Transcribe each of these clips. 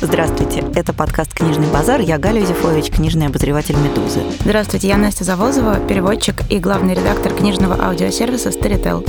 Здравствуйте, это подкаст «Книжный базар». Я Галя Юзефович, книжный обозреватель «Медузы». Здравствуйте, я Настя Завозова, переводчик и главный редактор книжного аудиосервиса Storytel.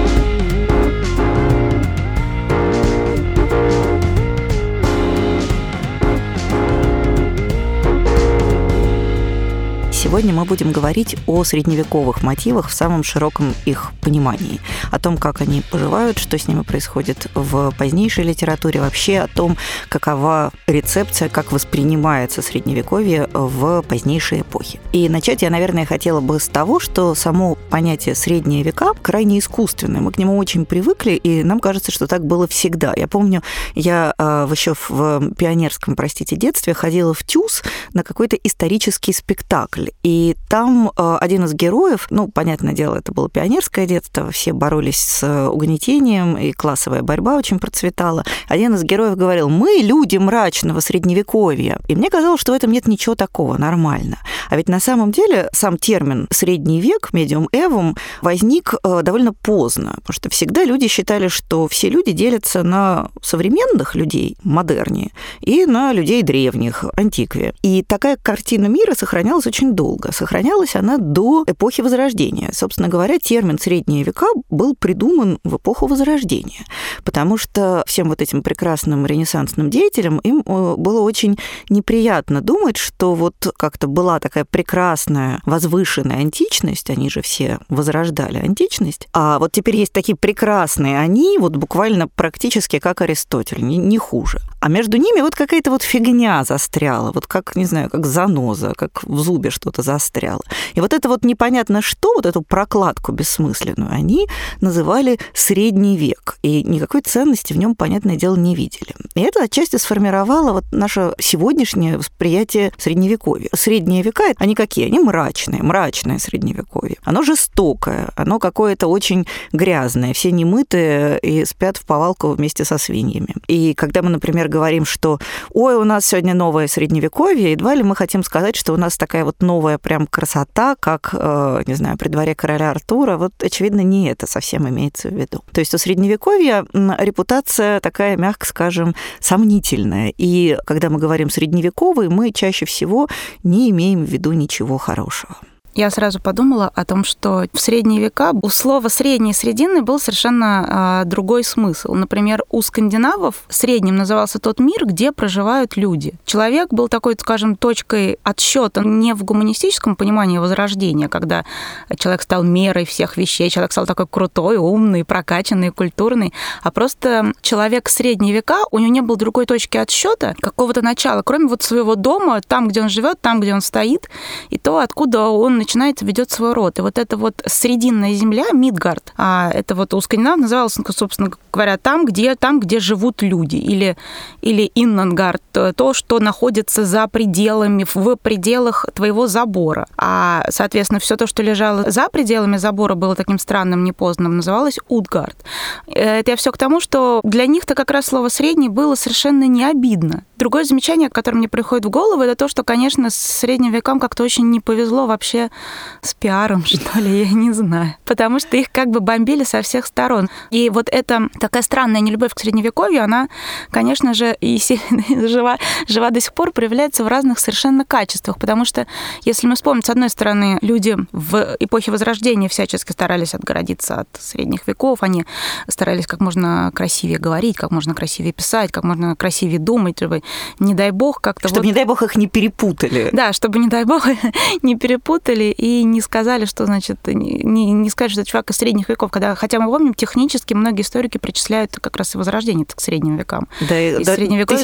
Сегодня мы будем говорить о средневековых мотивах в самом широком их понимании, о том, как они поживают, что с ними происходит в позднейшей литературе, вообще о том, какова рецепция, как воспринимается средневековье в позднейшие эпохи. И начать я, наверное, хотела бы с того, что само понятие «средние века» крайне искусственное. Мы к нему очень привыкли, и нам кажется, что так было всегда. Я помню, я еще в пионерском, детстве ходила в ТЮЗ на какой-то исторический спектакль. И там один из героев, понятное дело, это было пионерское детство, все боролись с угнетением, и классовая борьба очень процветала. Один из героев говорил: «Мы люди мрачного средневековья». И мне казалось, что в этом нет ничего такого, нормально. А ведь на самом деле сам термин «средний век», «медиум эвум», возник довольно поздно, потому что всегда люди считали, что все люди делятся на современных людей, модернее, и на людей древних, антикве. И такая картина мира сохранялась очень долго. Сохранялась она до эпохи Возрождения. Собственно говоря, термин «средние века» был придуман в эпоху Возрождения, потому что всем вот этим прекрасным ренессансным деятелям им было очень неприятно думать, что вот как-то была такая прекрасная, возвышенная античность, они же все возрождали античность, а вот теперь есть такие прекрасные они, вот буквально практически как Аристотель, не хуже. А между ними вот какая-то вот фигня застряла, вот как, не знаю, как заноза, как в зубе что-то застряло. И вот это вот непонятно что, вот эту прокладку бессмысленную, они называли «средний век», и никакой ценности в нем, понятное дело, не видели. И это отчасти сформировало вот наше сегодняшнее восприятие средневековья. Средние века, они какие? Они мрачное средневековье. Оно жестокое, оно какое-то очень грязное, все немытые и спят в повалку вместе со свиньями. И когда мы, например, говорим, что «Ой, у нас сегодня новое средневековье», едва ли мы хотим сказать, что у нас такая вот новая прям красота, как, не знаю, при дворе короля Артура. Вот, очевидно, не это совсем имеется в виду. То есть у средневековья репутация такая, мягко скажем, сомнительная. И когда мы говорим «средневековый», мы чаще всего не имеем в виду ничего хорошего. Я сразу подумала о том, что в средние века у слова «средний» и «срединный» был совершенно другой смысл. Например, у скандинавов средним назывался тот мир, где проживают люди. Человек был такой, скажем, точкой отсчета не в гуманистическом понимании возрождения, когда человек стал мерой всех вещей, человек стал такой крутой, умный, прокачанный, культурный, а просто человек в средние века, у него не было другой точки отсчета, какого-то начала, кроме вот своего дома, там, где он живет, там, где он стоит, и то, откуда он ведет свой род. И вот эта вот срединная земля, Мидгард, это вот у скандинавов называлось, собственно говоря, там, где живут люди, или Иннангард, то, что находится за пределами, в пределах твоего забора. А, соответственно, все то, что лежало за пределами забора, было таким странным, непознанным, называлось Утгард. Это я все к тому, что для них-то как раз слово «средний» было совершенно не обидно. Другое замечание, которое мне приходит в голову, это то, что, конечно, с средним векам как-то очень не повезло вообще с пиаром, что ли, я не знаю. Потому что их как бы бомбили со всех сторон. И вот эта такая странная нелюбовь к средневековью, она, конечно же, и жива до сих пор, проявляется в разных совершенно качествах. Потому что, если мы вспомним, с одной стороны, люди в эпохе Возрождения всячески старались отгородиться от средних веков, они старались как можно красивее говорить, как можно красивее писать, как можно красивее думать, чтобы, не дай бог, как-то... Чтобы, не дай бог, их не перепутали. Да, чтобы, не дай бог, не перепутали и не сказали, что, значит, не сказать, что это чувак из средних веков. Хотя мы помним, технически многие историки причисляют как раз и Возрождение к средним векам. Да, и до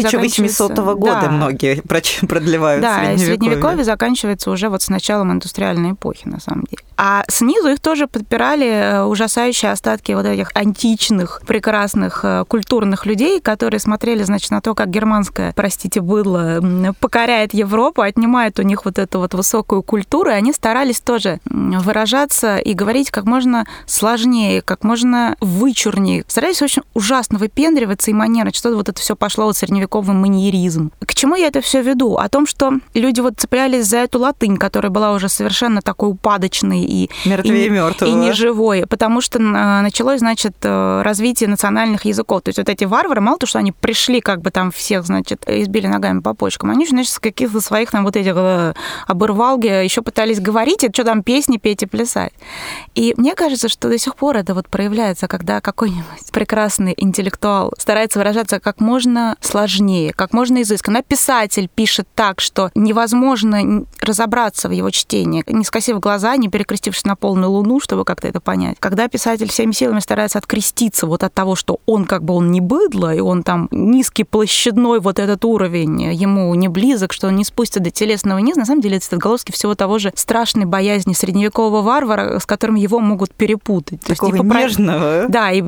1800 года многие продлевают средневековье. Да, и средневековье заканчивается уже вот с началом индустриальной эпохи, на самом деле. А снизу их тоже подпирали ужасающие остатки вот этих античных, прекрасных культурных людей, которые смотрели, значит, на то, как германское, быдло покоряет Европу, отнимает у них вот эту вот высокую культуру, и они старались тоже выражаться и говорить как можно сложнее, как можно вычурнее. Старались очень ужасно выпендриваться и манерить, что вот это все пошло вот средневековый маньеризм. К чему я это все веду? О том, что люди вот цеплялись за эту латынь, которая была уже совершенно такой упадочной и мертвее мертвого. И неживой, потому что началось, значит, развитие национальных языков. То есть вот эти варвары, мало того, что они пришли, как бы там всех, значит, избили ногами по почкам, они, значит, с каких-то своих там вот этих обырвалги еще пытались говорить, и что там песни петь и плясать. И мне кажется, что до сих пор это вот проявляется, когда какой-нибудь прекрасный интеллектуал старается выражаться как можно сложнее, как можно изысканно. Писатель пишет так, что невозможно разобраться в его чтении, не скосив глаза, не перекрестившись на полную луну, чтобы как-то это понять. Когда писатель всеми силами старается откреститься вот от того, что он как бы он не быдло, и он там низкий, площадной вот этот уровень ему не близок, что он не спустится до телесного низа, на самом деле это отголоски всего того же страшной боязни средневекового варвара, с которым его могут перепутать. Такого есть, нежного. Да, и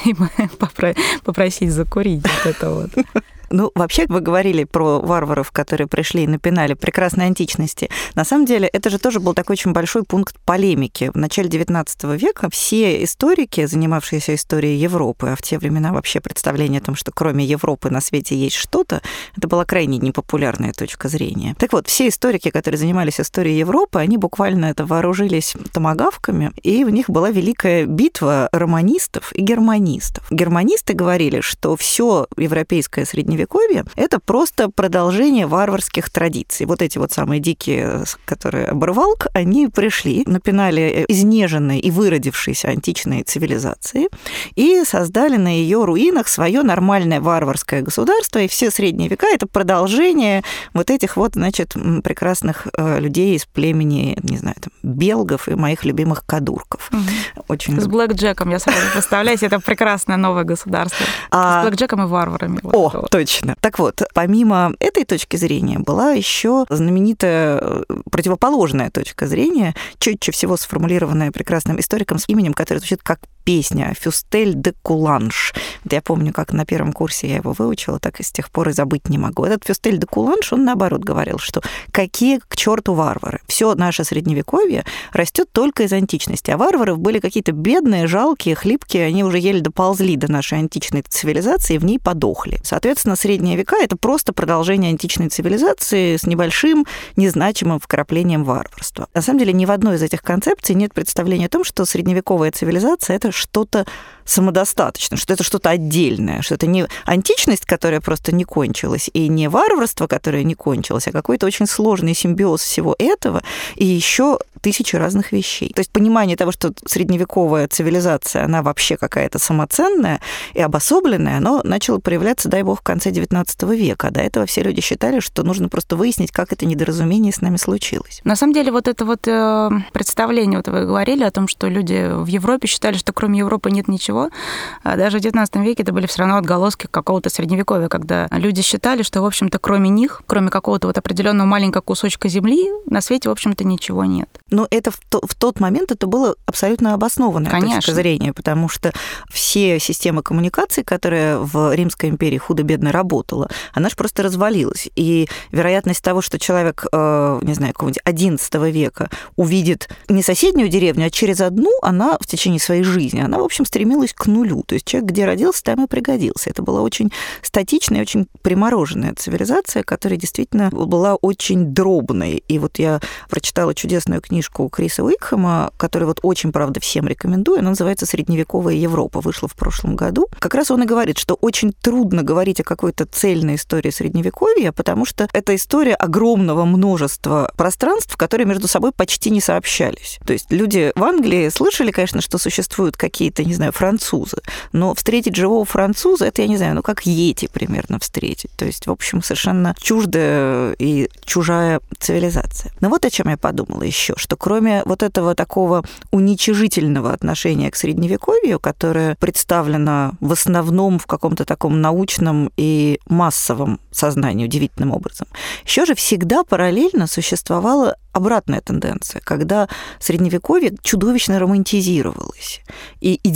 попросить закурить вот это вот. Ну, вообще, вы говорили про варваров, которые пришли и напинали прекрасной античности. На самом деле, это же тоже был такой очень большой пункт полемики. В начале XIX века все историки, занимавшиеся историей Европы, а в те времена вообще представление о том, что кроме Европы на свете есть что-то, это была крайне непопулярная точка зрения. Так вот, все историки, которые занимались историей Европы, они буквально это вооружились томагавками, и в них была великая битва романистов и германистов. Германисты говорили, что все европейское средневековье это просто продолжение варварских традиций. Вот эти вот самые дикие, которые оборвалк, они пришли, напинали изнеженной и выродившейся античной цивилизации и создали на ее руинах свое нормальное варварское государство, и все средние века это продолжение вот этих вот, значит, прекрасных людей из племени, не знаю, там, белгов и моих любимых кадурков. Очень с блэкджеком, я сразу представляю, это прекрасное новое государство. С блэкджеком и варварами. О, точно. Так вот, помимо этой точки зрения была еще знаменитая противоположная точка зрения, четче всего сформулированная прекрасным историком с именем, который звучит как песня «Фюстель де Куланш». Вот я помню, как на первом курсе я его выучила, так и с тех пор и забыть не могу. Этот «Фюстель де Куланш», он наоборот говорил, что какие к черту варвары. Все наше средневековье растет только из античности, а варвары были какие-то бедные, жалкие, хлипкие, они уже еле доползли до нашей античной цивилизации и в ней подохли. Соответственно, средние века – это просто продолжение античной цивилизации с небольшим, незначимым вкраплением варварства. На самом деле, ни в одной из этих концепций нет представления о том, что средневековая цивилизация – это что-то самодостаточное, что это что-то отдельное, что это не античность, которая просто не кончилась, и не варварство, которое не кончилось, а какой-то очень сложный симбиоз всего этого и еще тысячи разных вещей. То есть понимание того, что средневековая цивилизация, она вообще какая-то самоценная и обособленная, оно начало проявляться, дай бог, в конце XIX века. До этого все люди считали, что нужно просто выяснить, как это недоразумение с нами случилось. На самом деле, вот это вот представление, вот вы говорили о том, что люди в Европе считали, что кроме Европы нет ничего. А даже в XIX веке это были все равно отголоски какого-то средневековья, когда люди считали, что, в общем-то, кроме них, кроме какого-то вот определенного маленького кусочка земли, на свете, в общем-то, ничего нет. Но это в тот момент это было абсолютно обоснованная точка зрения, потому что все системы коммуникаций, которые в Римской империи худо-бедно работала, она же просто развалилась. И вероятность того, что человек, не знаю, какого-нибудь XI века увидит не соседнюю деревню, а через одну, она в течение своей жизни, она, в общем, стремилась к нулю. То есть человек, где родился, там и пригодился. Это была очень статичная, очень примороженная цивилизация, которая действительно была очень дробной. И вот я прочитала чудесную книжку Криса Уикхэма, которую вот очень, правда, всем рекомендую. Она называется «Средневековая Европа». Вышла в прошлом году. Как раз он и говорит, что очень трудно говорить о какой-то цельной истории Средневековья, потому что это история огромного множества пространств, которые между собой почти не сообщались. То есть люди в Англии слышали, конечно, что существуют какие-то, не знаю, французы, но встретить живого француза, это, я не знаю, ну, как йети примерно встретить. То есть, в общем, совершенно чуждая и чужая цивилизация. Но вот о чем я подумала еще, что кроме вот этого такого уничижительного отношения к Средневековью, которое представлено в основном в каком-то таком научном и массовом сознании удивительным образом, еще же всегда параллельно существовала обратная тенденция, когда Средневековье чудовищно романтизировалось и идеализировалось.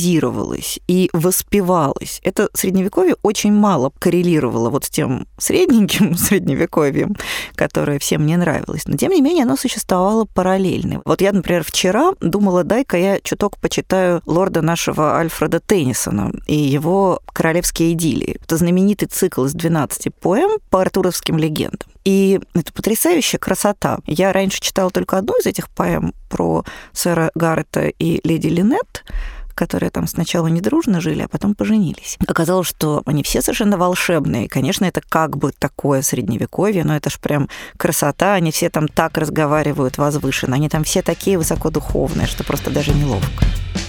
аплодировалось и воспевалось. Это Средневековье очень мало коррелировало вот с тем средненьким Средневековьем, которое всем не нравилось. Но, тем не менее, оно существовало параллельно. Вот я, например, вчера думала, дай-ка я чуток почитаю лорда нашего Альфреда Теннисона и его «Королевские идиллии». Это знаменитый цикл из 12 поэм по артуровским легендам. И это потрясающая красота. Я раньше читала только одну из этих поэм про сэра Гаррета и леди Линет, которые там сначала недружно жили, а потом поженились. Оказалось, что они все совершенно волшебные. Конечно, это как бы такое Средневековье, но это ж прям красота. Они все там так разговаривают возвышенно. Они там все такие высокодуховные, что просто даже неловко.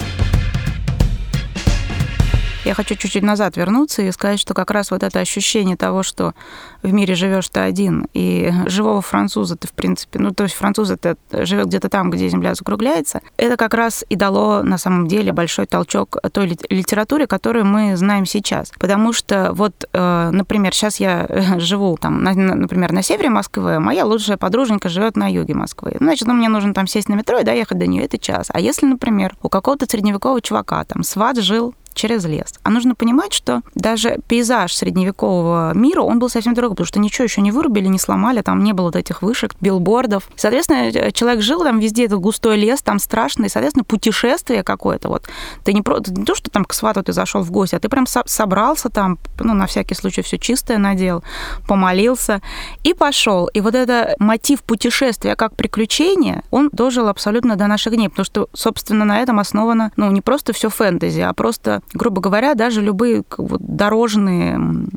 Я хочу чуть-чуть назад вернуться и сказать, что как раз вот это ощущение того, что в мире живешь ты один, и живого француза ты, в принципе, то есть француз это живет где-то там, где земля закругляется, это как раз и дало на самом деле большой толчок той литературе, которую мы знаем сейчас. Потому что вот, например, сейчас я живу там, например, на севере Москвы, моя лучшая подруженька живет на юге Москвы. Значит, мне нужно там сесть на метро и доехать до нее, это час. А если, например, у какого-то средневекового чувака там сват жил через лес. А нужно понимать, что даже пейзаж средневекового мира, он был совсем другой, потому что ничего еще не вырубили, не сломали, там не было вот этих вышек, билбордов. Соответственно, человек жил, там везде этот густой лес, там страшно, и, соответственно, путешествие какое-то. Вот. Ты не то, что там к свату ты зашел в гости, а ты прям собрался там, на всякий случай все чистое надел, помолился и пошел. И вот это мотив путешествия как приключение, он дожил абсолютно до наших дней, потому что, собственно, на этом основано, не просто все фэнтези, а просто, грубо говоря, даже любые дорожные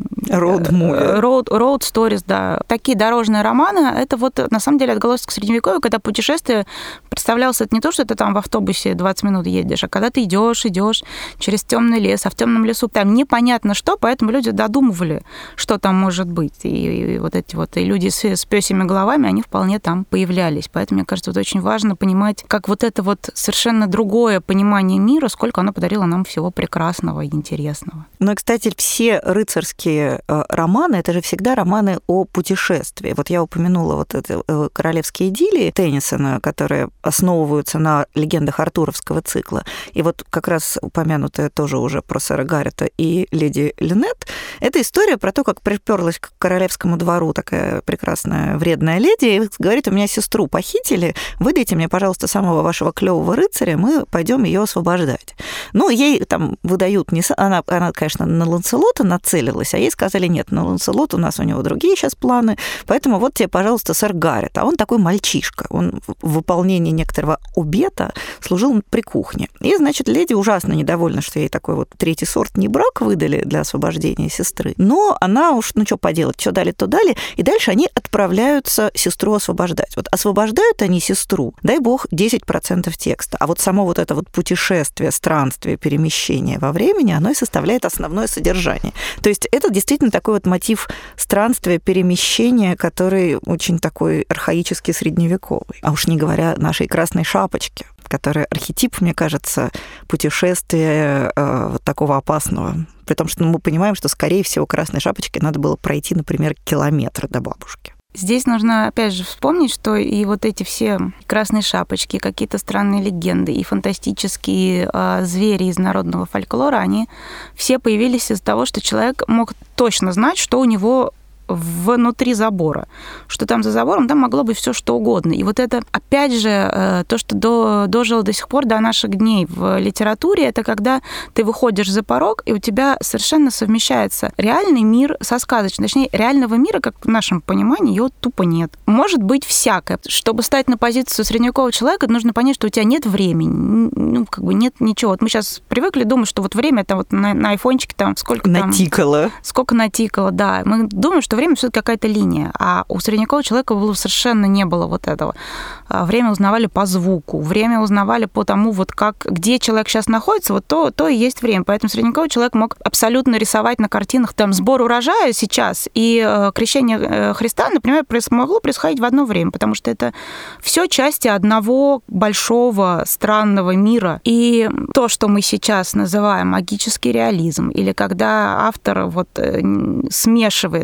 road stories, да, такие дорожные романы, это вот на самом деле отголосок Средневековья, когда путешествие представлялось, это не то, что ты там в автобусе 20 минут едешь, а когда ты идешь через темный лес, а в темном лесу там непонятно что, поэтому люди додумывали, что там может быть. И вот эти вот и люди с пёсьими головами, они вполне там появлялись. Поэтому, мне кажется, вот очень важно понимать, как вот это вот совершенно другое понимание мира, сколько оно подарило нам всего прекрасного и интересного. Ну и, кстати, все рыцарские романы, это же всегда романы о путешествии. Вот я упомянула вот это «Королевские идиллии» Теннисона, которые основываются на легендах артуровского цикла. И вот как раз упомянутая тоже уже про сэра Гаррета и леди Линет, это история про то, как приперлась к королевскому двору такая прекрасная вредная леди и говорит: у меня сестру похитили, выдайте мне, пожалуйста, самого вашего клевого рыцаря, мы пойдем ее освобождать. Ей там выдают не... Она, конечно, на Ланселота нацелилась, а ей сказали: нет, на Ланселот у него другие сейчас планы, поэтому вот тебе, пожалуйста, сэр Гаррет. А он такой мальчишка, он в выполнении некоторого обета служил при кухне. И, значит, леди ужасно недовольна, что ей такой вот третий сорт не брак выдали для освобождения сестры. Но она уж, что поделать, что дали, то дали, и дальше они отправляются сестру освобождать. Вот освобождают они сестру, дай бог, 10% текста. А вот само вот это вот путешествие, странствие, перемещение во времени, оно и составляет основное содержание. То есть это действительно такой вот мотив странствия, перемещения, который очень такой архаический, средневековый. А уж не говоря нашей красной шапочке, которая архетип, мне кажется, путешествия вот такого опасного. При том, что мы понимаем, что, скорее всего, красной шапочке надо было пройти, например, километр до бабушки. Здесь нужно, опять же, вспомнить, что и вот эти все красные шапочки, какие-то странные легенды и фантастические звери из народного фольклора, они все появились из-за того, что человек мог точно знать, что у него внутри забора, что там за забором, там могло быть все что угодно. И вот это, опять же, то, что дожило до сих пор до наших дней в литературе, это когда ты выходишь за порог, и у тебя совершенно совмещается реальный мир со сказочным. Точнее, реального мира, как в нашем понимании, его тупо нет. Может быть всякое. Чтобы стать на позицию средневекового человека, нужно понять, что у тебя нет времени, нет ничего. Вот мы сейчас привыкли думать, что вот время это вот на айфончике там сколько натикало. Там... Сколько натикало, да. Мы думаем, что время все-таки какая-то линия, а у средневекового человека совершенно не было вот этого. Время узнавали по звуку, время узнавали по тому, вот где человек сейчас находится, вот то и есть время. Поэтому средневековый человек мог абсолютно рисовать на картинах там сбор урожая сейчас и крещение Христа, например, могло происходить в одно время, потому что это все части одного большого странного мира. И то, что мы сейчас называем магический реализм, или когда автор смешивает чуть-чуть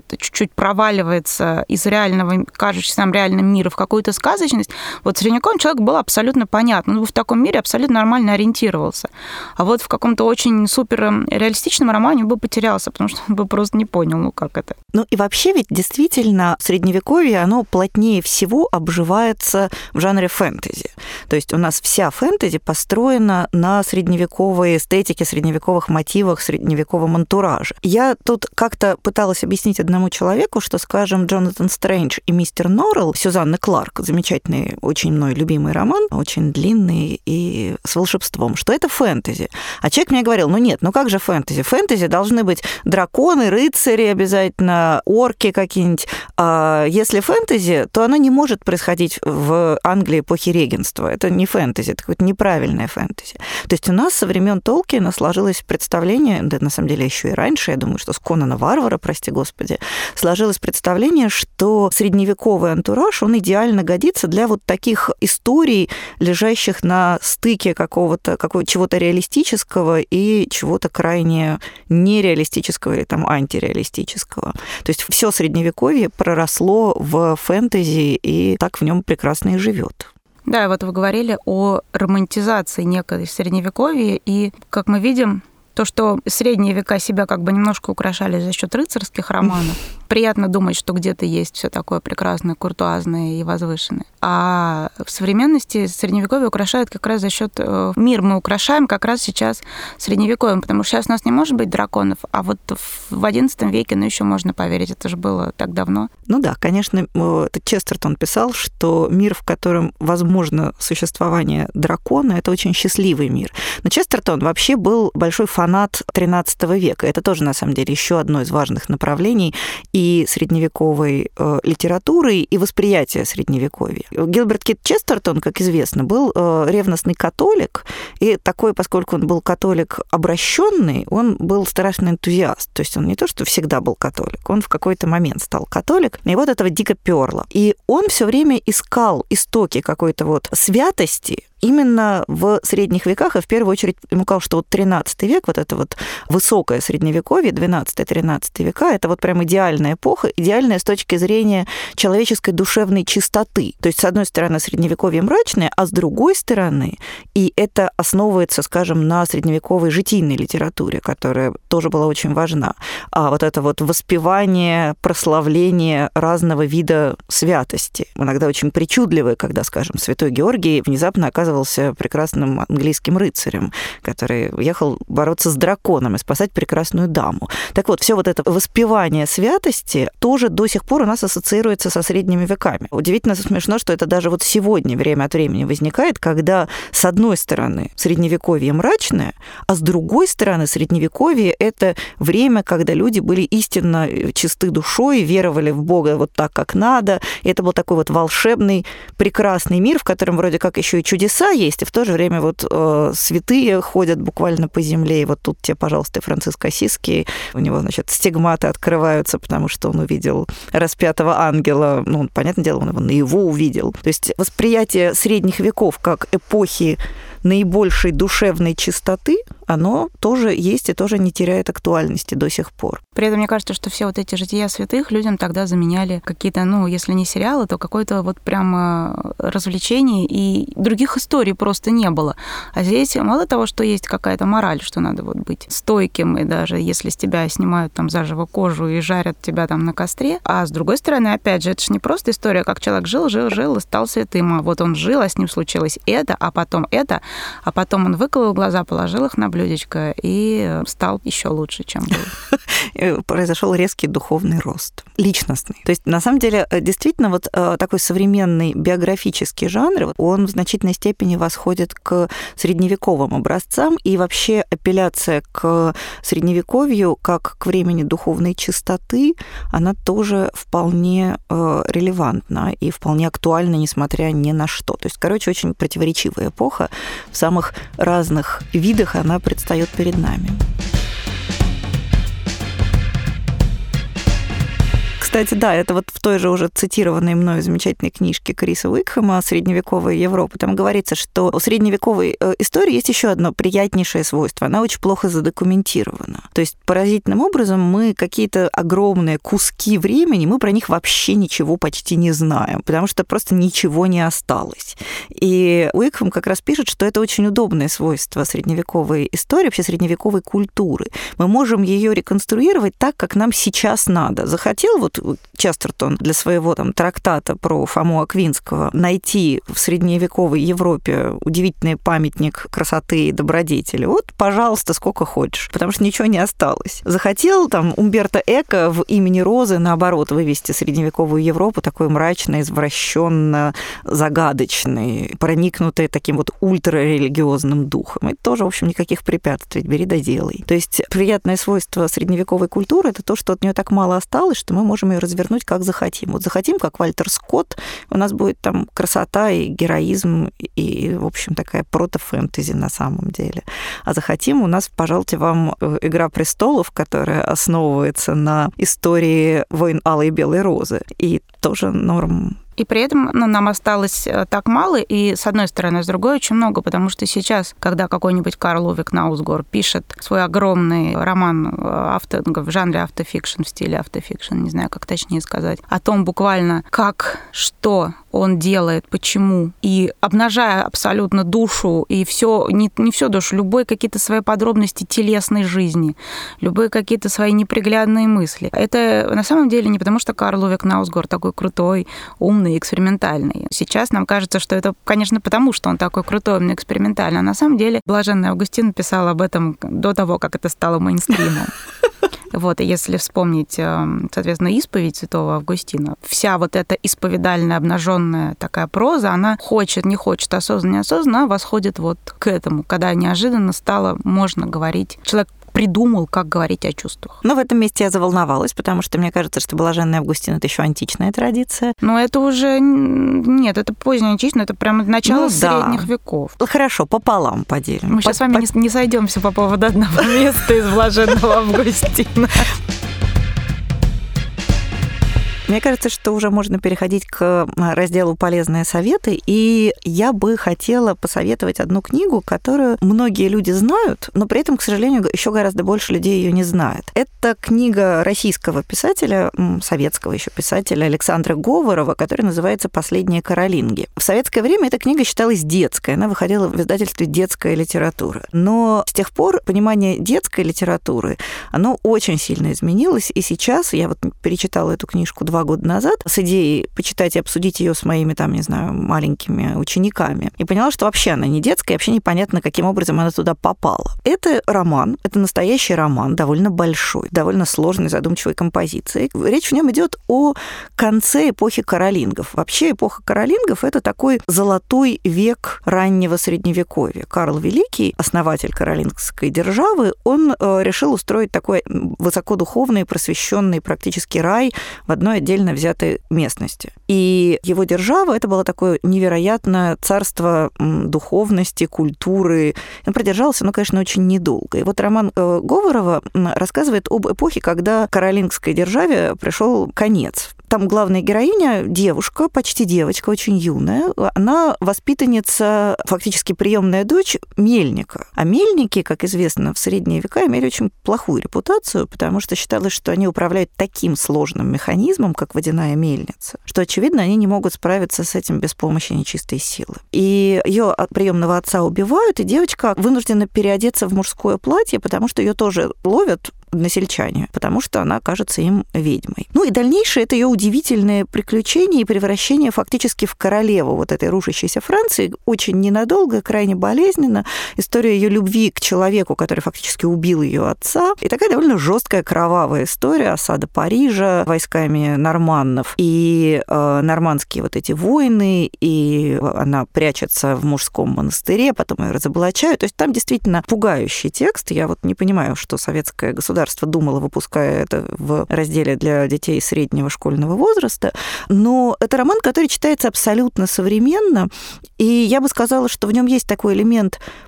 чуть-чуть проваливается из реального, кажущегося нам реальным мира в какую-то сказочность, вот в средневековом человек был абсолютно понятно. Он в таком мире абсолютно нормально ориентировался. А вот в каком-то очень супер реалистичном романе он бы потерялся, потому что он бы просто не понял, как это. И вообще ведь действительно средневековье, оно плотнее всего обживается в жанре фэнтези. То есть у нас вся фэнтези построена на средневековой эстетике, средневековых мотивах, средневековом антураже. Я тут как-то пыталась объяснить одному человеку, что, скажем, Джонатан Стрендж и мистер Норрелл Сюзанны Кларк, замечательный, очень мной любимый роман, очень длинный и с волшебством, что это фэнтези. А человек мне говорил, нет, как же фэнтези? Фэнтези должны быть драконы, рыцари обязательно, орки какие-нибудь. А если фэнтези, то оно не может происходить в Англии эпохи регенства. Это не фэнтези, это какое-то неправильное фэнтези. То есть у нас со времен Толкиена сложилось представление, да на самом деле еще и раньше, я думаю, что с Конана Варвара, прости господи, сложилось представление, что средневековый антураж, он идеально годится для вот таких историй, лежащих на стыке чего-то реалистического и чего-то крайне нереалистического или антиреалистического. То есть все средневековье проросло в фэнтези и так в нем прекрасно и живет. Да, вот вы говорили о романтизации некой средневековья, и, как мы видим, то, что средние века себя немножко украшали за счет рыцарских романов, приятно думать, что где-то есть все такое прекрасное, куртуазное и возвышенное. А в современности средневековье украшает как раз за счет мир мы украшаем как раз сейчас средневековьем, потому что сейчас у нас не может быть драконов, а вот в XI веке, еще можно поверить, это же было так давно. Да, конечно, Честертон писал, что мир, в котором возможно существование дракона, это очень счастливый мир. Но Честертон вообще был большой фанат XIII века. Это тоже, на самом деле, еще одно из важных направлений и средневековой литературы, и восприятия средневековья. Гилберт Кит Честертон, как известно, был ревностный католик, и такой, поскольку он был католик обращенный, он был страшный энтузиаст. То есть он не то, что всегда был католик, он в какой-то момент стал католик, и вот этого дико пёрло. И он все время искал истоки какой-то святости именно в средних веках, и в первую очередь ему казалось, что XIII век, это высокое средневековье, XII-XIII века, это прям идеальная эпоха, идеальная с точки зрения человеческой душевной чистоты. То есть, с одной стороны, средневековье мрачное, а с другой стороны, и это основывается, скажем, на средневековой житийной литературе, которая тоже была очень важна. А это воспевание, прославление разного вида святости, иногда очень причудливые, когда, скажем, святой Георгий внезапно оказывался прекрасным английским рыцарем, который ехал бороться с драконом и спасать прекрасную даму. Так вот, все это воспевание святости тоже до сих пор у нас ассоциируется со средними веками. Удивительно смешно, что это даже сегодня время от времени возникает, когда с одной стороны средневековье мрачное, а с другой стороны средневековье – это время, когда люди были истинно чисты душой, веровали в Бога так, как надо. И это был такой волшебный, прекрасный мир, в котором вроде как еще и чудеса есть, и в то же время святые ходят буквально по земле, и тут тебе, пожалуйста, Франциск Ассизский, у него, стигматы открываются, потому что он увидел распятого ангела, понятное дело, он его наяву увидел. То есть восприятие средних веков как эпохи наибольшей душевной чистоты, оно тоже есть и тоже не теряет актуальности до сих пор. При этом мне кажется, что все эти жития святых людям тогда заменяли какие-то, если не сериалы, то какое-то прямо развлечение, и других историй просто не было. А здесь мало того, что есть какая-то мораль, что надо быть стойким, и даже если с тебя снимают заживо кожу и жарят тебя на костре, а с другой стороны, опять же, это же не просто история, как человек жил и стал святым, а он жил, а с ним случилось это, а потом он выколол глаза, положил их на блюдечко и стал еще лучше, чем был. Произошел резкий духовный рост, личностный. То есть, на самом деле, действительно, такой современный биографический жанр, он в значительной степени восходит к средневековым образцам, и вообще апелляция к средневековью, как к времени духовной чистоты, она тоже вполне релевантна и вполне актуальна, несмотря ни на что. То есть, очень противоречивая эпоха. В самых разных видах она предстает перед нами. К Кстати, да, это вот в той же уже цитированной мною замечательной книжке Криса Уикхэма «Средневековая Европа». Там говорится, что у средневековой истории есть еще одно приятнейшее свойство. Она очень плохо задокументирована. То есть поразительным образом мы какие-то огромные куски времени, мы про них вообще ничего почти не знаем, потому что просто ничего не осталось. И Уикхэм как раз пишет, что это очень удобное свойство средневековой истории, вообще средневековой культуры. Мы можем ее реконструировать так, как нам сейчас надо. Захотел вот Честертон для своего там трактата про Фому Аквинского найти в средневековой Европе удивительный памятник красоты и добродетели. Вот, пожалуйста, сколько хочешь, потому что ничего не осталось. Захотел там Умберто Эко в «Имени Розы», наоборот, вывести средневековую Европу такой мрачной, извращенно загадочной, проникнутой таким вот ультрарелигиозным духом. Это тоже, в общем, никаких препятствий. Бери да делай. То есть приятное свойство средневековой культуры — это то, что от нее так мало осталось, что мы можем ее развернуть как захотим. Вот захотим, как Вальтер Скотт, у нас будет там красота и героизм и, в общем, такая протофэнтези на самом деле. А захотим, у нас, пожалуйте, вам «Игра престолов», которая основывается на истории войн Алой и Белой Розы. И тоже норм. И при этом нам осталось так мало, и с одной стороны, с другой очень много, потому что сейчас, когда какой-нибудь Карл Ове Кнаусгор пишет свой огромный роман в жанре автофикшн, в стиле автофикшн, не знаю, как точнее сказать, о том буквально, как, что он делает, почему, и обнажая абсолютно душу, и все, не всю душу, любые какие-то свои подробности телесной жизни, любые какие-то свои неприглядные мысли. Это на самом деле не потому, что Карл Ове Кнаусгор такой крутой, умный, экспериментальный. Сейчас нам кажется, что это, конечно, потому, что он такой крутой, умный, экспериментальный. А на самом деле блаженный Августин писал об этом до того, как это стало мейнстримом. Вот, и если вспомнить, соответственно, исповедь святого Августина, вся вот эта исповедальная, обнаженная такая проза, она хочет, не хочет, осознанно, неосознанно, восходит вот к этому, когда неожиданно стало можно говорить. Человек придумал, как говорить о чувствах. Но в этом месте я заволновалась, потому что мне кажется, что блаженный Августин — это еще античная традиция. Но это уже... Нет, это поздняя античная, это прямо начало средних веков. Хорошо, пополам поделим. Мы сейчас с вами не сойдемся по поводу одного места из блаженного Августина. Мне кажется, что уже можно переходить к разделу «Полезные советы», и я бы хотела посоветовать одну книгу, которую многие люди знают, но при этом, к сожалению, еще гораздо больше людей ее не знает. Это книга российского писателя, советского еще писателя Александра Говорова, которая называется «Последние каролинги». В советское время эта книга считалась детской, она выходила в издательстве «Детская литература». Но с тех пор понимание детской литературы, оно очень сильно изменилось, и сейчас, я вот перечитала эту книжку 2 года назад с идеей почитать и обсудить ее с моими, там, не знаю, маленькими учениками, и поняла, что вообще она не детская, вообще непонятно, каким образом она туда попала. Это роман, это настоящий роман, довольно большой, довольно сложной, задумчивой композиции. Речь в нем идет о конце эпохи каролингов. Вообще эпоха каролингов — это такой золотой век раннего Средневековья. Карл Великий, основатель каролингской державы, он решил устроить такой высокодуховный, просвещенный практически рай в одной отдельно взятой местности. И его держава — это было такое невероятное царство духовности, культуры. Он продержался, ну, конечно, очень недолго. И вот роман Говорова рассказывает об эпохе, когда каролингской державе пришел конец. Там главная героиня, девушка, почти девочка, очень юная. Она воспитанница, фактически приемная дочь мельника. А мельники, как известно, в средние века имели очень плохую репутацию, потому что считалось, что они управляют таким сложным механизмом, как водяная мельница, что, очевидно, они не могут справиться с этим без помощи нечистой силы. И ее приемного отца убивают, и девочка вынуждена переодеться в мужское платье, потому что ее тоже ловят односельчане, потому что она кажется им ведьмой. Ну и дальнейшее — это ее удивительное приключение и превращение фактически в королеву вот этой рушащейся Франции, очень ненадолго, крайне болезненно. История ее любви к человеку, который фактически убил ее отца. И такая довольно жесткая, кровавая история осада Парижа войсками норманнов. И нормандские вот эти войны, и она прячется в мужском монастыре, потом ее разоблачают. То есть там действительно пугающий текст. Я вот не понимаю, что советское государство думало, выпуская это в разделе для детей среднего школьного возраста. Но это роман, который читается абсолютно современно, и я бы сказала, что в нем есть такой элемент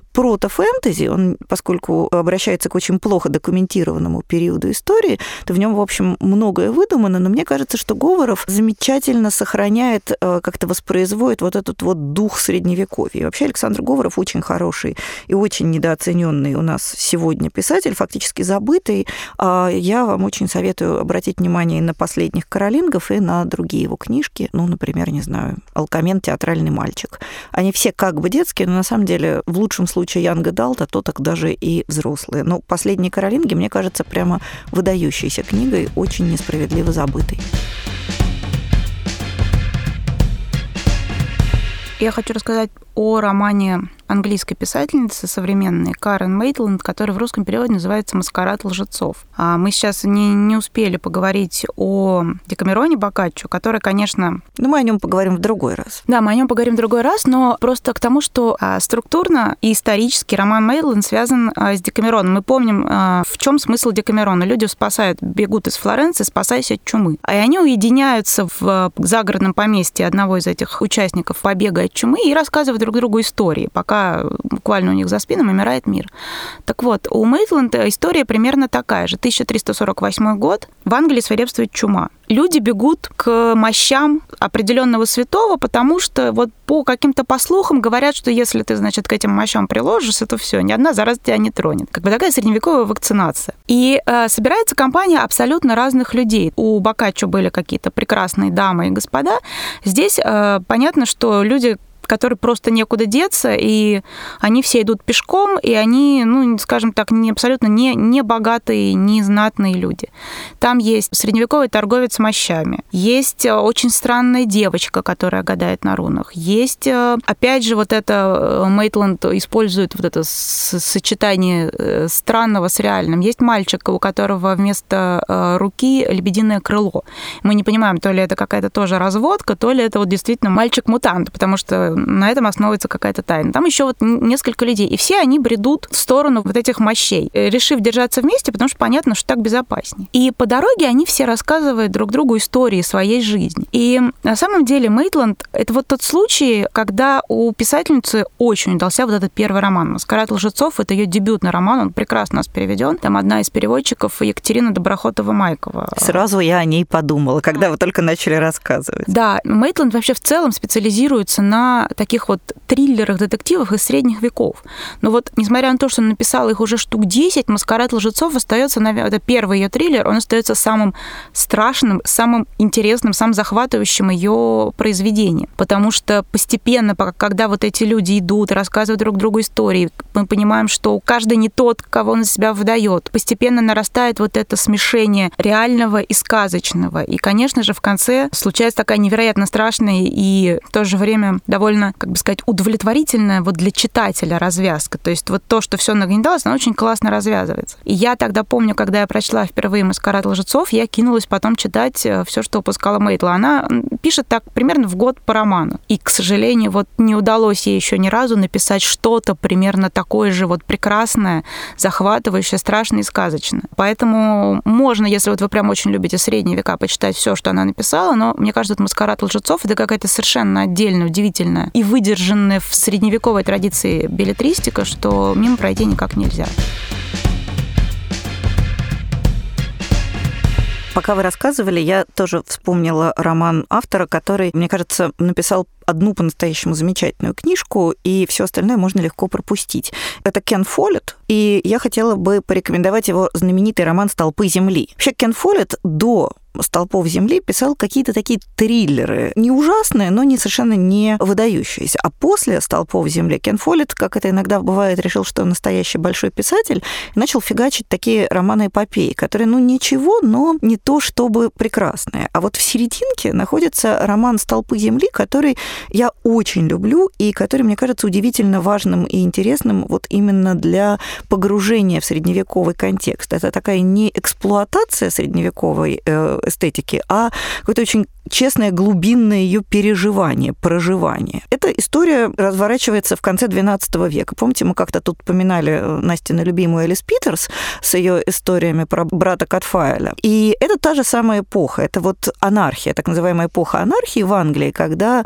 протофэнтези, он, поскольку обращается к очень плохо документированному периоду истории, то в нем, в общем, многое выдумано, но мне кажется, что Говоров замечательно сохраняет, как-то воспроизводит вот этот вот дух Средневековья. И вообще Александр Говоров очень хороший и очень недооцененный у нас сегодня писатель, фактически забытый. Я вам очень советую обратить внимание на «Последних каролингов» и на другие его книжки. Ну, например, не знаю, «Алкамен. Театральный мальчик». Они все как бы детские, но на самом деле в лучшем случае Янг Адалт, а то так даже и взрослые. Но «Последние каролинги», мне кажется, прямо выдающейся книгой, очень несправедливо забытой. Я хочу рассказать о романе английской писательницы современной Карен Мейтленд, который в русском переводе называется «Маскарад лжецов». Мы сейчас не успели поговорить о Декамероне Боккаччо, который, конечно... Ну, мы о нем поговорим в другой раз. Да, мы о нем поговорим в другой раз, но просто к тому, что структурно и исторически роман Мейтленд связан с Декамероном. Мы помним, в чем смысл Декамерона. Люди бегут из Флоренции, спасаясь от чумы. И они уединяются в загородном поместье одного из этих участников побега от чумы и рассказывают друг другу истории, пока буквально у них за спинами умирает мир. Так вот, у Мейтленд история примерно такая же. 1348 год, в Англии свирепствует чума. Люди бегут к мощам определенного святого, потому что вот по каким-то послухам говорят, что если ты, значит, к этим мощам приложишься, то все, ни одна зараза тебя не тронет. Как бы такая средневековая вакцинация. И собирается компания абсолютно разных людей. У Боккаччо были какие-то прекрасные дамы и господа. Здесь понятно, что люди, которые просто некуда деться, и они все идут пешком, и они, ну, скажем так, абсолютно не богатые, не знатные люди. Там есть средневековый торговец мощами, есть очень странная девочка, которая гадает на рунах, есть, опять же, вот это Мейтленд использует вот это сочетание странного с реальным. Есть мальчик, у которого вместо руки лебединое крыло. Мы не понимаем, то ли это какая-то тоже разводка, то ли это вот действительно мальчик-мутант, потому что на этом основывается какая-то тайна. Там еще вот несколько людей, и все они бредут в сторону вот этих мощей, решив держаться вместе, потому что понятно, что так безопаснее. И по дороге они все рассказывают друг другу истории своей жизни. И на самом деле Мейтленд — это вот тот случай, когда у писательницы очень удался вот этот первый роман. «Маскарад лжецов» — это ее дебютный роман, он прекрасно у нас переведен. Там одна из переводчиков Екатерина Доброхотова-Майкова. Сразу я о ней подумала, когда вы только начали рассказывать. Да, Мейтленд вообще в целом специализируется на таких вот триллерах, детективах из средних веков. Но вот, несмотря на то, что она написала их уже штук 10, «Маскарад лжецов» остается, наверное, это первый ее триллер, он остается самым страшным, самым интересным, самым захватывающим ее произведением. Потому что постепенно, когда вот эти люди идут, рассказывают друг другу истории, мы понимаем, что каждый не тот, кого он из себя выдает. Постепенно нарастает вот это смешение реального и сказочного. И, конечно же, в конце случается такая невероятно страшная и в то же время довольно, как бы сказать, удовлетворительная вот для читателя развязка. То есть вот то, что все нагнеталось, оно очень классно развязывается. И я тогда помню, когда я прочла впервые «Маскарад лжецов», я кинулась потом читать все, что выпускала Мейтленд. Она пишет так примерно в год по роману. И, к сожалению, вот не удалось ей еще ни разу написать что-то примерно такое же вот прекрасное, захватывающее, страшное и сказочное. Поэтому можно, если вот вы прям очень любите средние века, почитать все, что она написала, но мне кажется, вот «Маскарад лжецов» — это какая-то совершенно отдельная, удивительная и выдержанная в средневековой традиции беллетристика, что мимо пройти никак нельзя. Пока вы рассказывали, я тоже вспомнила роман автора, который, мне кажется, написал одну по-настоящему замечательную книжку, и все остальное можно легко пропустить. Это Кен Фоллетт, и я хотела бы порекомендовать его знаменитый роман «Столпы земли». Вообще Кен Фоллетт до «Столпов земли» писал какие-то такие триллеры. Не ужасные, но совершенно не выдающиеся. А после «Столпов земли» Кен Фоллетт, как это иногда бывает, решил, что он настоящий большой писатель, и начал фигачить такие романы-эпопеи, которые, ничего, но не то чтобы прекрасные. А вот в серединке находится роман «Столпы земли», который я очень люблю и который, мне кажется, удивительно важным и интересным вот именно для погружения в средневековый контекст. Это такая не эксплуатация средневековой эстетики, а какое-то очень честное глубинное ее переживание, проживание. Эта история разворачивается в конце XII века. Помните, мы как-то тут поминали Настину любимую Элис Питерс с ее историями про брата Катфаэля. И это та же самая эпоха. Это вот анархия, так называемая эпоха анархии в Англии, когда у короля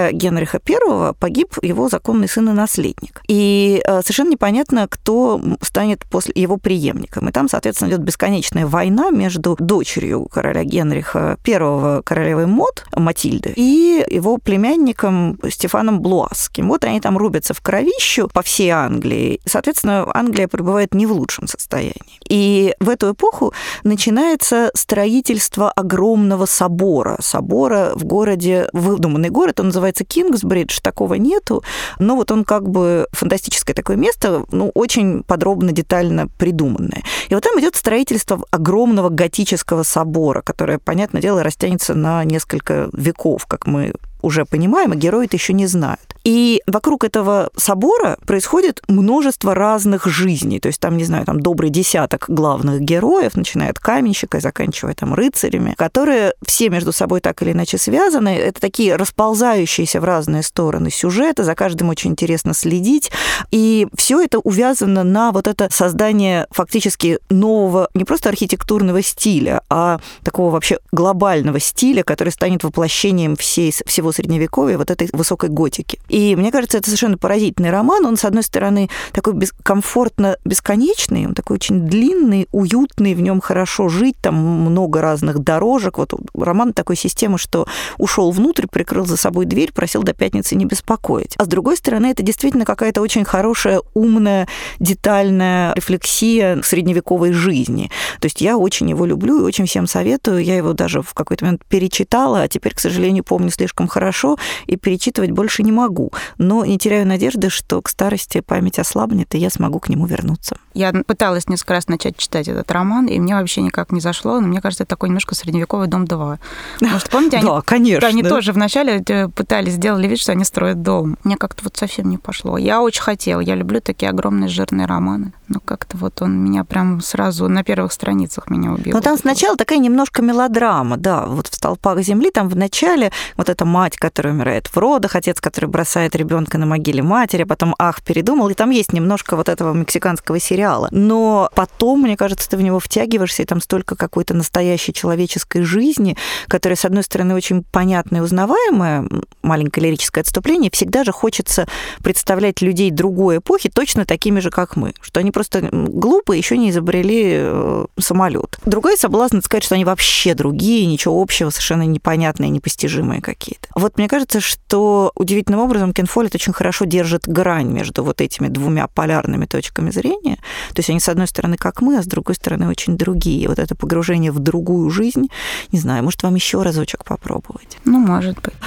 короля Генриха I погиб его законный сын и наследник. И совершенно непонятно, кто станет после его преемником. И там, соответственно, идет бесконечная война между дочерью короля Генриха I, королевой Мод, Матильды, и его племянником Стефаном Блуасским. Вот они там рубятся в кровищу по всей Англии. Соответственно, Англия пребывает не в лучшем состоянии. И в эту эпоху начинается строительство огромного собора. Собора в городе, выдуманный город, он называется Кингсбридж, такого нету, но вот он как бы фантастическое такое место, очень подробно, детально придуманное. И вот там идет строительство огромного готического собора, которое, понятное дело, растянется на несколько веков, как мы уже понимаем, а герои-то еще не знают. И вокруг этого собора происходит множество разных жизней. То есть там, не знаю, там добрый десяток главных героев, начиная от каменщика и заканчивая там рыцарями, которые все между собой так или иначе связаны. Это такие расползающиеся в разные стороны сюжеты, за каждым очень интересно следить. И все это увязано на вот это создание фактически нового, не просто архитектурного стиля, а такого вообще глобального стиля, который станет воплощением всего Средневековья, вот этой высокой готики. И мне кажется, это совершенно поразительный роман. Он, с одной стороны, такой комфортно бесконечный, он такой очень длинный, уютный, в нем хорошо жить, там много разных дорожек. Вот роман такой системы, что ушел внутрь, прикрыл за собой дверь, просил до пятницы не беспокоить. А с другой стороны, это действительно какая-то очень хорошая, умная, детальная рефлексия средневековой жизни. То есть я очень его люблю и очень всем советую. Я его даже в какой-то момент перечитала, а теперь, к сожалению, помню слишком хорошо и перечитывать больше не могу. Но не теряю надежды, что к старости память ослабнет, и я смогу к нему вернуться. Я пыталась несколько раз начать читать этот роман, и мне вообще никак не зашло, но мне кажется, это такой немножко средневековый «Дом-2». Потому что, помните, да, конечно. Они тоже вначале пытались, сделали вид, что они строят дом. Мне как-то вот совсем не пошло. Я очень хотела, я люблю такие огромные жирные романы, но как-то вот он меня прям сразу на первых страницах меня убил. Но там сначала такая немножко мелодрама, да, вот в «Столпах земли», там в начале вот эта мать, которая умирает в родах, отец, который бросает ребенка на могиле матери, потом передумал, и там есть немножко вот этого мексиканского сериала. Но потом, мне кажется, ты в него втягиваешься, и там столько какой-то настоящей человеческой жизни, которая, с одной стороны, очень понятная и узнаваемая, маленькое лирическое отступление, всегда же хочется представлять людей другой эпохи точно такими же, как мы, что они просто глупые, еще не изобрели самолет. Другой соблазн сказать, что они вообще другие, ничего общего, совершенно непонятные, непостижимые какие-то. Вот мне кажется, что удивительным образом Кен Фоллетт очень хорошо держит грань между вот этими двумя полярными точками зрения. То есть они, с одной стороны, как мы, а с другой стороны, очень другие. Вот это погружение в другую жизнь, не знаю, может, вам еще разочек попробовать? Ну, может быть.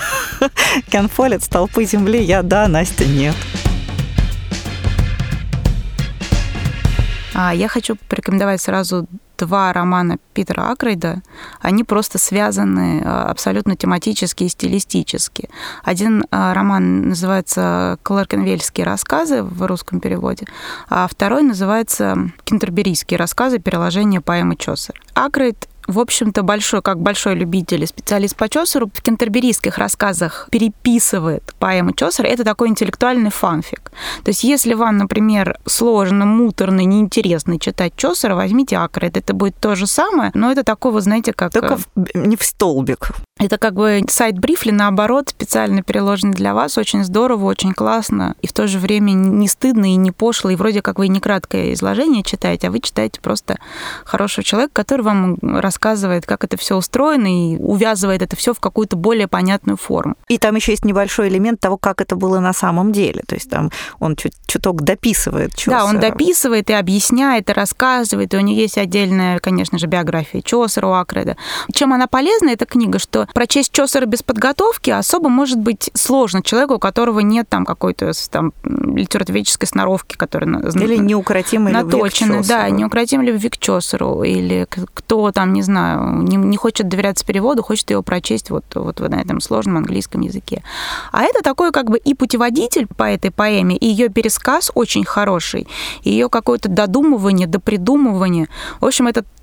Кен Фоллетт, «Столпы земли», я да, Настя нет. Я хочу порекомендовать сразу 2 романа Питера Акройда. Они просто связаны абсолютно тематически и стилистически. Один роман называется «Клеркенвельские рассказы» в русском переводе, а второй называется «Кентерберийские рассказы. Переложение поэмы Чосера». Акройд, в общем-то, большой любитель и специалист по Чосеру, в кентерберийских рассказах переписывает поэмы Чосера. Это такой интеллектуальный фанфик. То есть если вам, например, сложно, муторно, неинтересно читать Чосера, возьмите Акройд. Это будет то же самое, но это такое, вы знаете, как... Только не в столбик. Это как бы сайт-брифли, наоборот, специально переложенный для вас. Очень здорово, очень классно. И в то же время не стыдно и не пошло. И вроде как вы не краткое изложение читаете, а вы читаете просто хорошего человека, который вам рассказывает, как это все устроено, и увязывает это все в какую-то более понятную форму. И там еще есть небольшой элемент того, как это было на самом деле. То есть там он чуток дописывает Чосера. Да, он дописывает и объясняет, и рассказывает. И у него есть отдельная, конечно же, биография Чосера у Акройда. Чем она полезна, эта книга, что прочесть Чосера без подготовки особо может быть сложно человеку, у которого нет там какой-то там литературоведческой сноровки, которая или неукротимой любви к Чосеру. Да, неукротимой любви к Чосеру. Или кто там, не знаю, не хочет доверяться переводу, хочет его прочесть вот на этом сложном английском языке. А это такой как бы и путеводитель по этой поэме, и ее пересказ очень хороший, и ее какое-то додумывание, допридумывание. В общем, это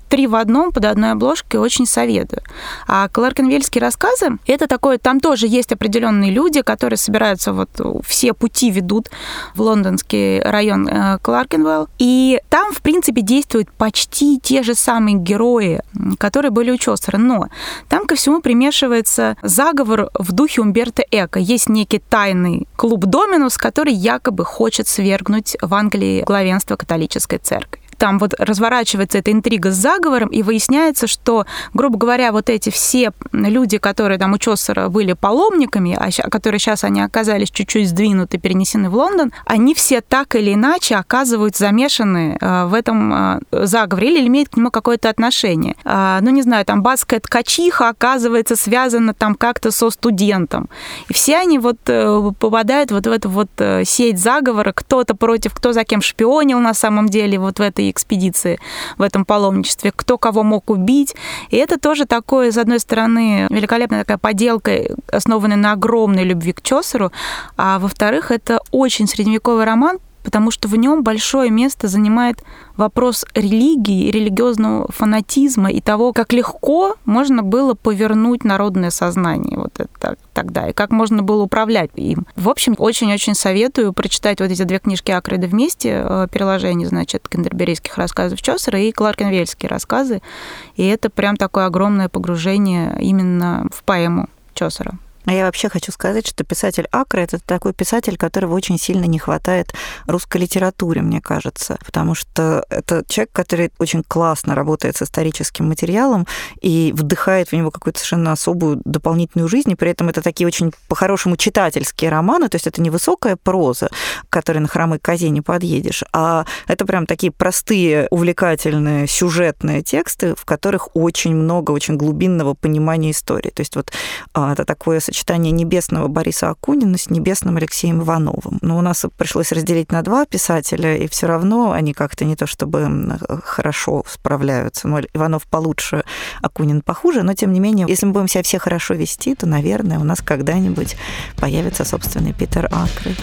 3 в одном под одной обложкой, очень советую. А кларкенвельские рассказы, это такое, там тоже есть определенные люди, которые собираются, вот все пути ведут в лондонский район Кларкенвелл, и там, в принципе, действуют почти те же самые герои, которые были у Чосера, но там ко всему примешивается заговор в духе Умберто Эко. Есть некий тайный клуб Доминус, который якобы хочет свергнуть в Англии главенство католической церкви. Там вот разворачивается эта интрига с заговором, и выясняется, что, грубо говоря, вот эти все люди, которые там у Чосера были паломниками, а которые сейчас они оказались чуть-чуть сдвинуты, перенесены в Лондон, они все так или иначе оказываются замешаны в этом заговоре или имеют к нему какое-то отношение. Ну, не знаю, там баская ткачиха оказывается связана там как-то со студентом. И все они вот попадают вот в эту вот сеть заговора, кто-то против, кто за кем шпионил на самом деле вот в этой экспедиции, в этом паломничестве, кто кого мог убить. И это тоже такое, с одной стороны, великолепная такая поделка, основанная на огромной любви к Чосеру, а во-вторых, это очень средневековый роман, потому что в нем большое место занимает вопрос религии, религиозного фанатизма и того, как легко можно было повернуть народное сознание вот это тогда, и как можно было управлять им. В общем, очень-очень советую прочитать вот эти 2 книжки Акрида вместе, переложение, значит, кентерберийских рассказов Чосера и кларкенвельские рассказы, и это прям такое огромное погружение именно в поэму Чосера. А я вообще хочу сказать, что писатель Акрид — это такой писатель, которого очень сильно не хватает русской литературе, мне кажется, потому что это человек, который очень классно работает с историческим материалом и вдыхает в него какую-то совершенно особую дополнительную жизнь, и при этом это такие очень по-хорошему читательские романы, то есть это не высокая проза, к которой на хромой козе не подъедешь, а это прям такие простые, увлекательные, сюжетные тексты, в которых очень много очень глубинного понимания истории. То есть вот это такое сочетание небесного Бориса Акунина с небесным Алексеем Ивановым. Но у нас пришлось разделить на 2 писателя, и все равно они как-то не то чтобы хорошо справляются. Но Иванов получше, Акунин похуже, но тем не менее, если мы будем себя все хорошо вести, то, наверное, у нас когда-нибудь появится собственный Питер Акрид.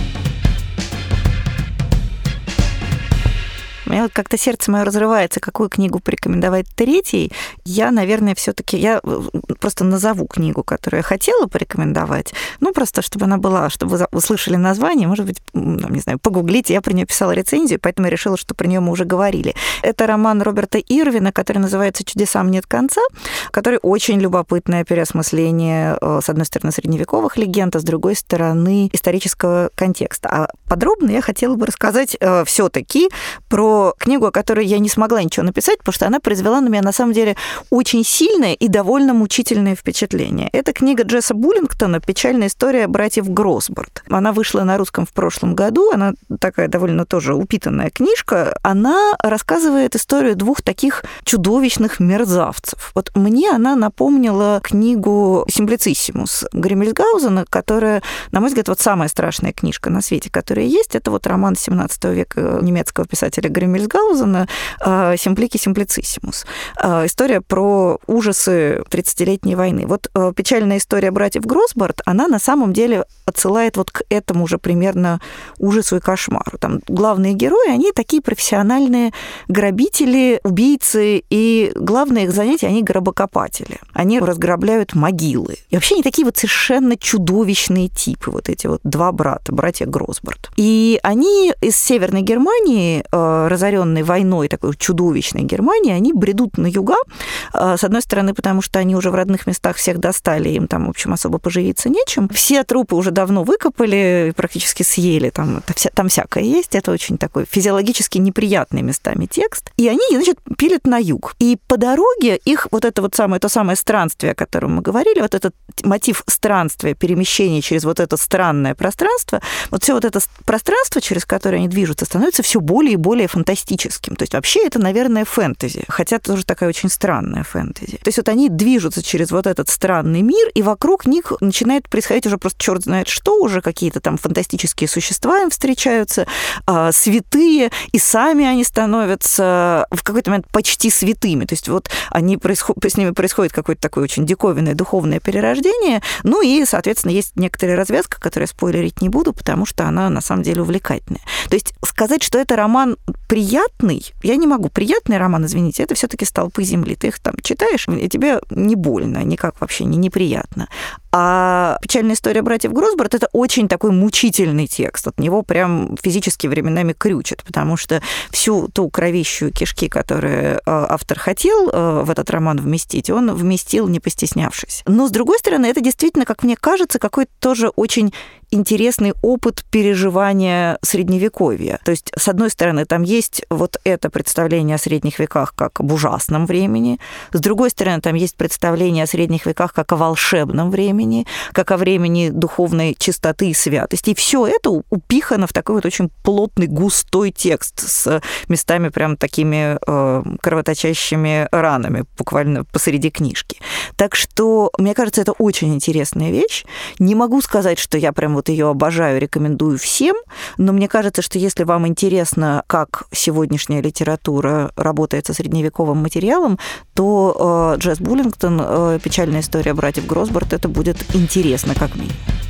У меня вот как-то сердце мое разрывается, какую книгу порекомендовать 3-й. Я, наверное, все-таки я просто назову книгу, которую я хотела порекомендовать. Ну, просто чтобы она была, чтобы вы услышали название, может быть, не знаю, погуглите. Я про нее писала рецензию, поэтому я решила, что про нее мы уже говорили. Это роман Роберта Ирвина, который называется «Чудесам нет конца», который очень любопытное переосмысление, с одной стороны, средневековых легенд, а с другой стороны, исторического контекста. А подробно я хотела бы рассказать все-таки про книгу, о которой я не смогла ничего написать, потому что она произвела на меня, на самом деле, очень сильное и довольно мучительное впечатление. Это книга Джесса Буллингтона «Печальная история братьев Гросборд». Она вышла на русском в прошлом году, она такая довольно тоже упитанная книжка. Она рассказывает историю 2 таких чудовищных мерзавцев. Вот мне она напомнила книгу «Симплициссимус» Гриммельсгаузена, которая, на мой взгляд, вот самая страшная книжка на свете, которая есть. Это вот роман 17 века немецкого писателя Гриммельсгаузена «Симплики симплициссимус». История про ужасы 30-летней войны. Вот печальная история братьев Гросборд, она на самом деле отсылает вот к этому же примерно ужасу и кошмару. Там главные герои, они такие профессиональные грабители, убийцы, и главное их занятие, они гробокопатели. Они разграбляют могилы. И вообще они такие вот совершенно чудовищные типы, вот эти вот 2 брата, братья Гросборд. И они из Северной Германии, разоренной войной, такой чудовищной Германии, они бредут на юга. С одной стороны, потому что они уже в родных местах всех достали, им там, в общем, особо поживиться нечем. Все трупы уже давно выкопали, практически съели, там всякое есть. Это очень такой физиологически неприятный местами текст. И они, значит, пилят на юг. И по дороге их вот это вот самое, то самое странствие, о котором мы говорили, вот этот мотив странствия, перемещения через вот это странное пространство, вот все вот это пространство, через которое они движутся, становится все более и более фантастическим. То есть вообще это, наверное, фэнтези, хотя это тоже такая очень странная фэнтези. То есть вот они движутся через вот этот странный мир, и вокруг них начинает происходить уже просто черт знает что, уже какие-то там фантастические существа им встречаются, святые, и сами они становятся в какой-то момент почти святыми. То есть вот с ними происходит какое-то такое очень диковинное духовное перерождение, ну и, соответственно, есть некоторая развязка, которую я спойлерить не буду, потому что она на самом деле увлекательная. То есть сказать, что это роман приятный, я не могу, приятный роман, извините, это все-таки «Столпы земли». Ты их там читаешь, и тебе не больно, никак вообще не неприятно. А «Печальная история братьев Гросберт» — это очень такой мучительный текст. От него прям физически временами крючит, потому что всю ту кровищу кишки, которую автор хотел в этот роман вместить, он вместил, не постеснявшись. Но, с другой стороны, это действительно, как мне кажется, какой-то тоже очень интересный опыт переживания Средневековья. То есть, с одной стороны, там есть вот это представление о Средних веках как об ужасном времени, с другой стороны, там есть представление о Средних веках как о волшебном времени, как о времени духовной чистоты и святости. И все это упихано в такой вот очень плотный, густой текст с местами прям такими кровоточащими ранами, буквально посреди книжки. Так что, мне кажется, это очень интересная вещь. Не могу сказать, что я прям вот ее обожаю, рекомендую всем, но мне кажется, что если вам интересно, как сегодняшняя литература работает со средневековым материалом, то Джесс Буллингтон, «Печальная история братьев Гросберт», это будет интересно как минимум.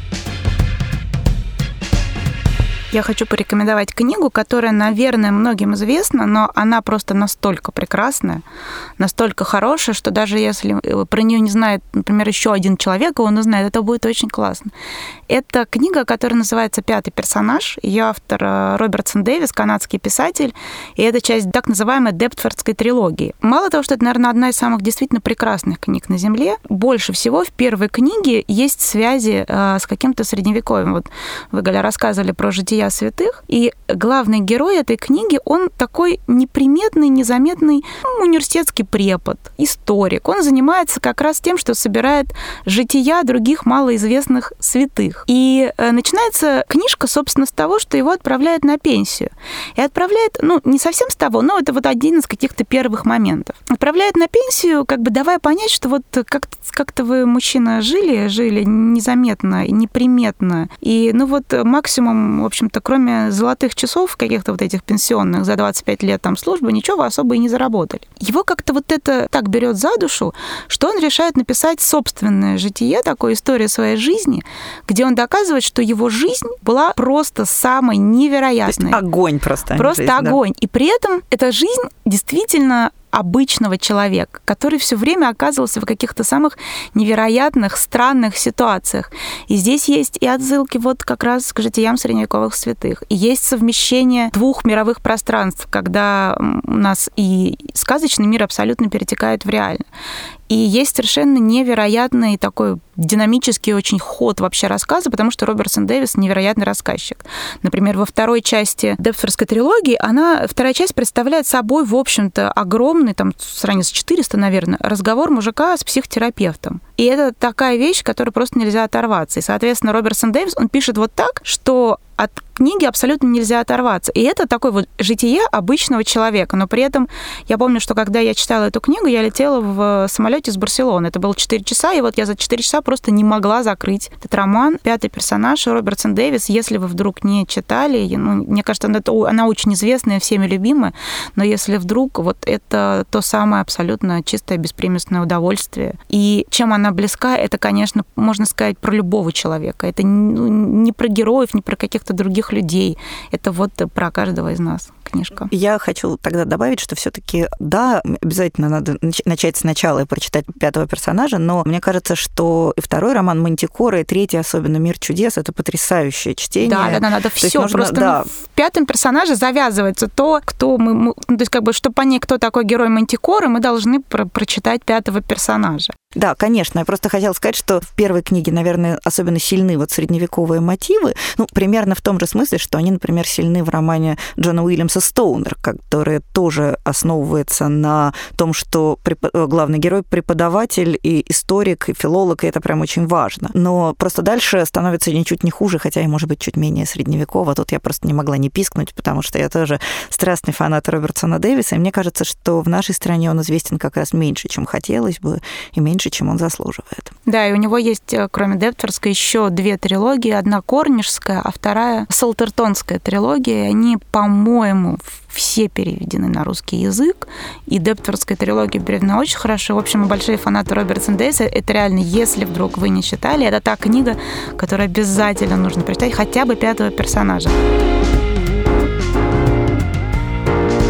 Я хочу порекомендовать книгу, которая, наверное, многим известна, но она просто настолько прекрасная, настолько хорошая, что даже если про нее не знает, например, еще один человек, он узнает, это будет очень классно. Это книга, которая называется «Пятый персонаж». Ее автор Робертсон Дэвис, канадский писатель, и это часть так называемой Дептфордской трилогии. Мало того, что это, наверное, одна из самых действительно прекрасных книг на Земле, больше всего в первой книге есть связи с каким-то средневековьем. Вот вы, Галя, рассказывали про жития святых, и главный герой этой книги, он такой неприметный, незаметный университетский препод, историк. Он занимается как раз тем, что собирает жития других малоизвестных святых. И начинается книжка, собственно, с того, что его отправляют на пенсию. И отправляют, не совсем с того, но это вот один из каких-то первых моментов. Отправляют на пенсию, как бы давая понять, что вот как-то вы, мужчина, жили незаметно, неприметно. И, максимум, в общем-то, кроме золотых часов каких-то вот этих пенсионных за 25 лет там службы, ничего вы особо и не заработали. Его как-то вот это так берет за душу, что он решает написать собственное житие, такую историю своей жизни, где он доказывает, что его жизнь была просто самой невероятной. То есть огонь просто. Просто жизнь, огонь. Да. И при этом эта жизнь действительно обычного человека, который все время оказывался в каких-то самых невероятных, странных ситуациях. И здесь есть и отсылки вот как раз к житиям средневековых святых. И есть совмещение двух мировых пространств, когда у нас и сказочный мир абсолютно перетекает в реальный. И есть совершенно невероятный такой динамический очень ход вообще рассказа, потому что Робертсон Дэвис невероятный рассказчик. Например, во второй части Дептфордской трилогии вторая часть представляет собой, в общем-то, огромный, там, страниц 400, наверное, разговор мужика с психотерапевтом. И это такая вещь, которой просто нельзя оторваться. И, соответственно, Робертсон Дэвис, он пишет вот так, что от книги абсолютно нельзя оторваться. И это такое вот житие обычного человека. Но при этом я помню, что когда я читала эту книгу, я летела в самолете из Барселоны. Это было 4 часа, и вот я за 4 часа просто не могла закрыть этот роман. «Пятый персонаж» Робертсон Дэвис. Если вы вдруг не читали, мне кажется, она очень известная, всеми любимая, но если вдруг, вот это то самое абсолютно чистое, беспримесное удовольствие. И чем она близка, это, конечно, можно сказать про любого человека. Это не про героев, не про каких-то других людей. Это вот про каждого из нас книжка. Я хочу тогда добавить, что все-таки, да, обязательно надо начать сначала и прочитать «Пятого персонажа», но мне кажется, что и второй роман «Мантикора», и третий, особенно «Мир чудес», это потрясающее чтение. Да, надо все. Просто в «Пятом персонаже» завязывается то, кто мы, то есть как бы, чтобы понять, кто такой герой Мантикоры, мы должны прочитать «Пятого персонажа». Да, конечно. Я просто хотела сказать, что в первой книге, наверное, особенно сильны вот средневековые мотивы, примерно в том же смысле, что они, например, сильны в романе Джона Уильямса «Стоунер», который тоже основывается на том, что главный герой преподаватель и историк, и филолог, и это прям очень важно. Но просто дальше становится ничуть не хуже, хотя и, может быть, чуть менее средневеково. Тут я просто не могла не пискнуть, потому что я тоже страстный фанат Робертсона Дэвиса, и мне кажется, что в нашей стране он известен как раз меньше, чем хотелось бы, и меньше, чем он заслуживает. Да, и у него есть, кроме Дептфордской, еще 2 трилогии. Одна корнишская, а вторая Солтертонская трилогия. Они, по-моему, все переведены на русский язык. И Дептфордская трилогия переведена очень хорошо. В общем, мы большие фанаты Робертсона Дэвиса. Это реально, если вдруг вы не читали, это та книга, которую обязательно нужно прочитать, хотя бы «Пятого персонажа».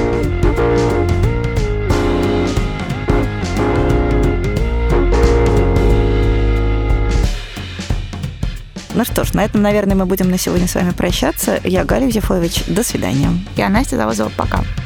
Ну что ж, на этом, наверное, мы будем на сегодня с вами прощаться. Я Галя Юзефович. До свидания. Я Настя Завозова. Пока.